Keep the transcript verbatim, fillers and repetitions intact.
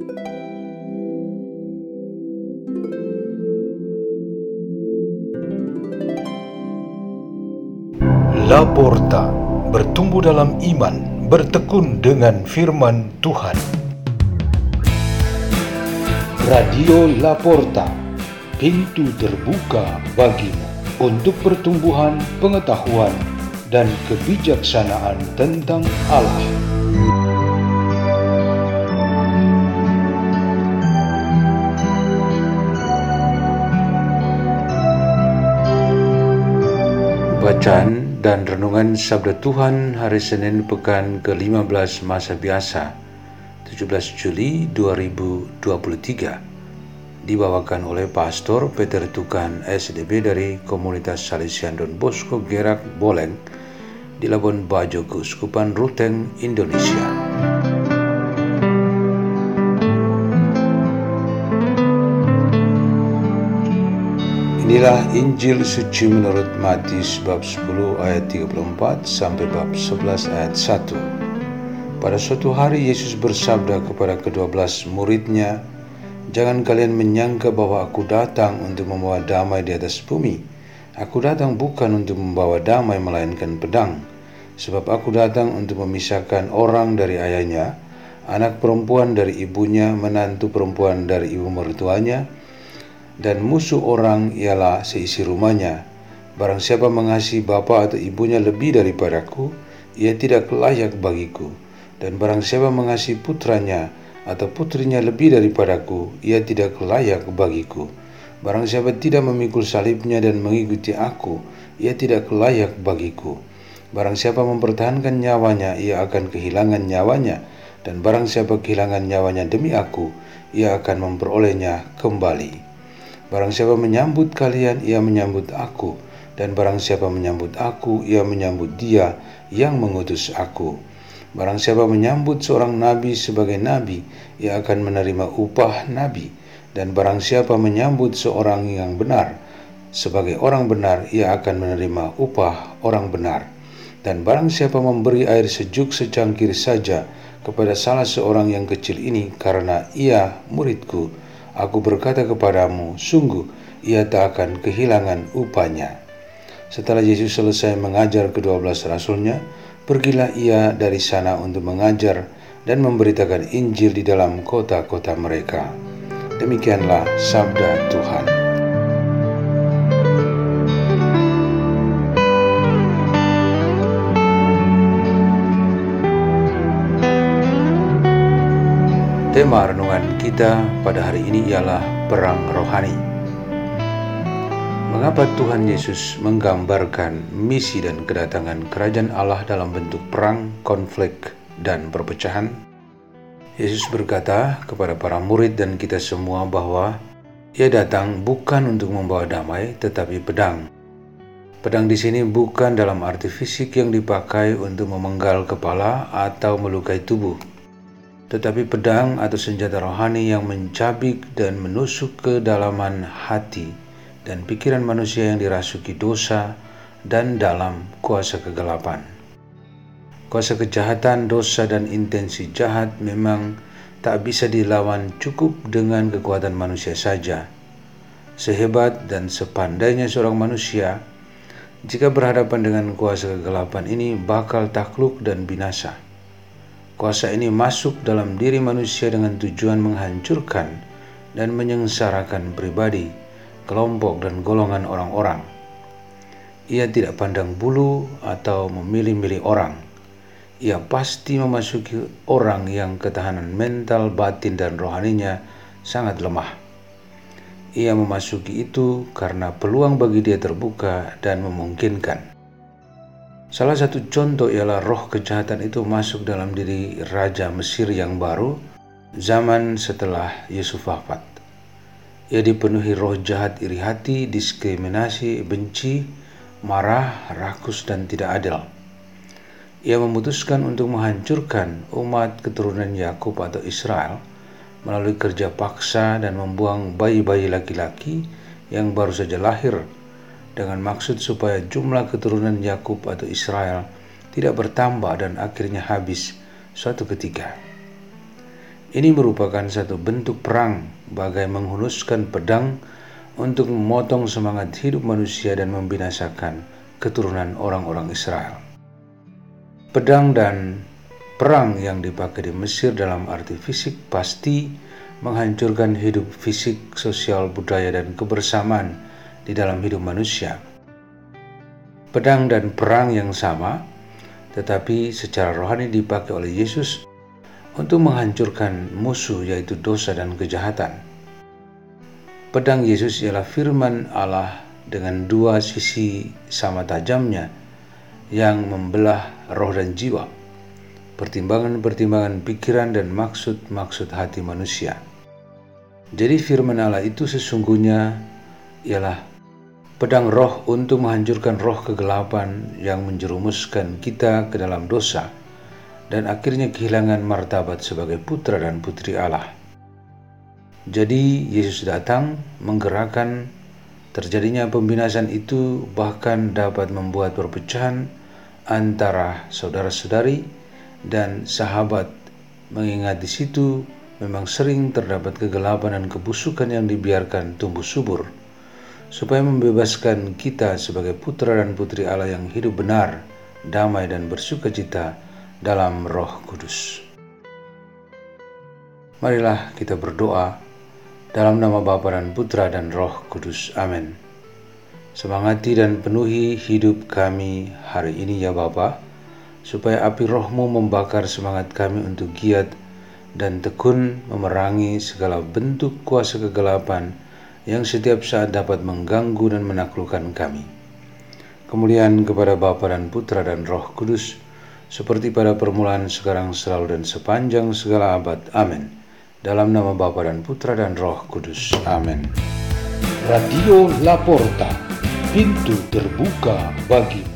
Laporta, bertumbuh dalam iman, bertekun dengan firman Tuhan. Radio Laporta, pintu terbuka bagimu untuk pertumbuhan pengetahuan dan kebijaksanaan tentang Allah. Bacaan dan renungan Sabda Tuhan hari Senin pekan ke lima belas masa biasa tujuh belas Juli dua ribu dua puluh tiga dibawakan oleh Pastor Peter Tukan S D B dari Komunitas Salesian Don Bosco Gerak Boleng di Labuan Bajo, Keuskupan Ruteng, Indonesia. Inilah Injil suci menurut Matius bab sepuluh ayat tiga puluh empat sampai bab sebelas ayat satu. Pada suatu hari Yesus bersabda kepada kedua belas muridnya, "Jangan kalian menyangka bahwa aku datang untuk membawa damai di atas bumi. Aku datang bukan untuk membawa damai melainkan pedang. Sebab aku datang untuk memisahkan orang dari ayahnya, anak perempuan dari ibunya, menantu perempuan dari ibu mertuanya, dan musuh orang ialah seisi rumahnya. Barang siapa mengasihi bapa atau ibunya lebih daripadaku, ia tidak layak bagiku. Dan barang siapa mengasihi putranya atau putrinya lebih daripadaku, ia tidak layak bagiku. Barang siapa tidak memikul salibnya dan mengikuti aku, ia tidak layak bagiku. Barang siapa mempertahankan nyawanya, ia akan kehilangan nyawanya. Dan barang siapa kehilangan nyawanya demi aku, ia akan memperolehnya kembali. Barang siapa menyambut kalian, ia menyambut aku. Dan barang siapa menyambut aku, ia menyambut dia yang mengutus aku. Barang siapa menyambut seorang nabi sebagai nabi, ia akan menerima upah nabi. Dan barang siapa menyambut seorang yang benar sebagai orang benar, ia akan menerima upah orang benar. Dan barang siapa memberi air sejuk secangkir saja kepada salah seorang yang kecil ini karena ia muridku, aku berkata kepadamu, sungguh ia tak akan kehilangan upahnya." Setelah Yesus selesai mengajar kedua belas rasulnya, pergilah ia dari sana untuk mengajar dan memberitakan Injil di dalam kota-kota mereka. Demikianlah sabda Tuhan. Tema renungan kita pada hari ini ialah perang rohani. Mengapa Tuhan Yesus menggambarkan misi dan kedatangan kerajaan Allah dalam bentuk perang, konflik, dan perpecahan? Yesus berkata kepada para murid dan kita semua bahwa Ia datang bukan untuk membawa damai, tetapi pedang. Pedang di sini bukan dalam arti fisik yang dipakai untuk memenggal kepala atau melukai tubuh, tetapi pedang atau senjata rohani yang mencabik dan menusuk ke dalaman hati dan pikiran manusia yang dirasuki dosa dan dalam kuasa kegelapan. Kuasa kejahatan, dosa, dan intensi jahat memang tak bisa dilawan cukup dengan kekuatan manusia saja. Sehebat dan sepandainya seorang manusia, jika berhadapan dengan kuasa kegelapan ini bakal takluk dan binasa. Kuasa ini masuk dalam diri manusia dengan tujuan menghancurkan dan menyengsarakan pribadi, kelompok, dan golongan orang-orang. Ia tidak pandang bulu atau memilih-milih orang. Ia pasti memasuki orang yang ketahanan mental, batin, dan rohaninya sangat lemah. Ia memasuki itu karena peluang bagi dia terbuka dan memungkinkan. Salah satu contoh ialah roh kejahatan itu masuk dalam diri Raja Mesir yang baru zaman setelah Yusuf wafat. Ia dipenuhi roh jahat, iri hati, diskriminasi, benci, marah, rakus, dan tidak adil. Ia memutuskan untuk menghancurkan umat keturunan Yakub atau Israel melalui kerja paksa dan membuang bayi-bayi laki-laki yang baru saja lahir dengan maksud supaya jumlah keturunan Yakub atau Israel tidak bertambah dan akhirnya habis suatu ketika. Ini merupakan satu bentuk perang, bagai menghunuskan pedang untuk memotong semangat hidup manusia dan membinasakan keturunan orang-orang Israel. Pedang dan perang yang dipakai di Mesir dalam arti fisik pasti menghancurkan hidup fisik, sosial, budaya, dan kebersamaan di dalam hidup manusia. Pedang dan perang yang sama, tetapi secara rohani dipakai oleh Yesus untuk menghancurkan musuh, yaitu dosa dan kejahatan. Pedang Yesus ialah firman Allah dengan dua sisi sama tajamnya yang membelah roh dan jiwa, pertimbangan-pertimbangan pikiran dan maksud-maksud hati manusia. Jadi firman Allah itu sesungguhnya ialah pedang roh untuk menghancurkan roh kegelapan yang menjerumuskan kita ke dalam dosa dan akhirnya kehilangan martabat sebagai putra dan putri Allah. Jadi Yesus datang menggerakkan terjadinya pembinasan itu, bahkan dapat membuat perpecahan antara saudara-saudari dan sahabat, mengingat di situ memang sering terdapat kegelapan dan kebusukan yang dibiarkan tumbuh subur, supaya membebaskan kita sebagai putra dan putri Allah yang hidup benar, damai, dan bersukacita dalam Roh Kudus. Marilah kita berdoa dalam nama Bapa dan Putra dan Roh Kudus. Amin. Semangati dan penuhi hidup kami hari ini ya Bapa, supaya api roh-Mu membakar semangat kami untuk giat dan tekun memerangi segala bentuk kuasa kegelapan yang setiap saat dapat mengganggu dan menaklukkan kami. Kemuliaan kepada Bapa dan Putra dan Roh Kudus, seperti pada permulaan, sekarang, selalu, dan sepanjang segala abad. Amin. Dalam nama Bapa dan Putra dan Roh Kudus. Amin. Radio La Porta, pintu terbuka bagi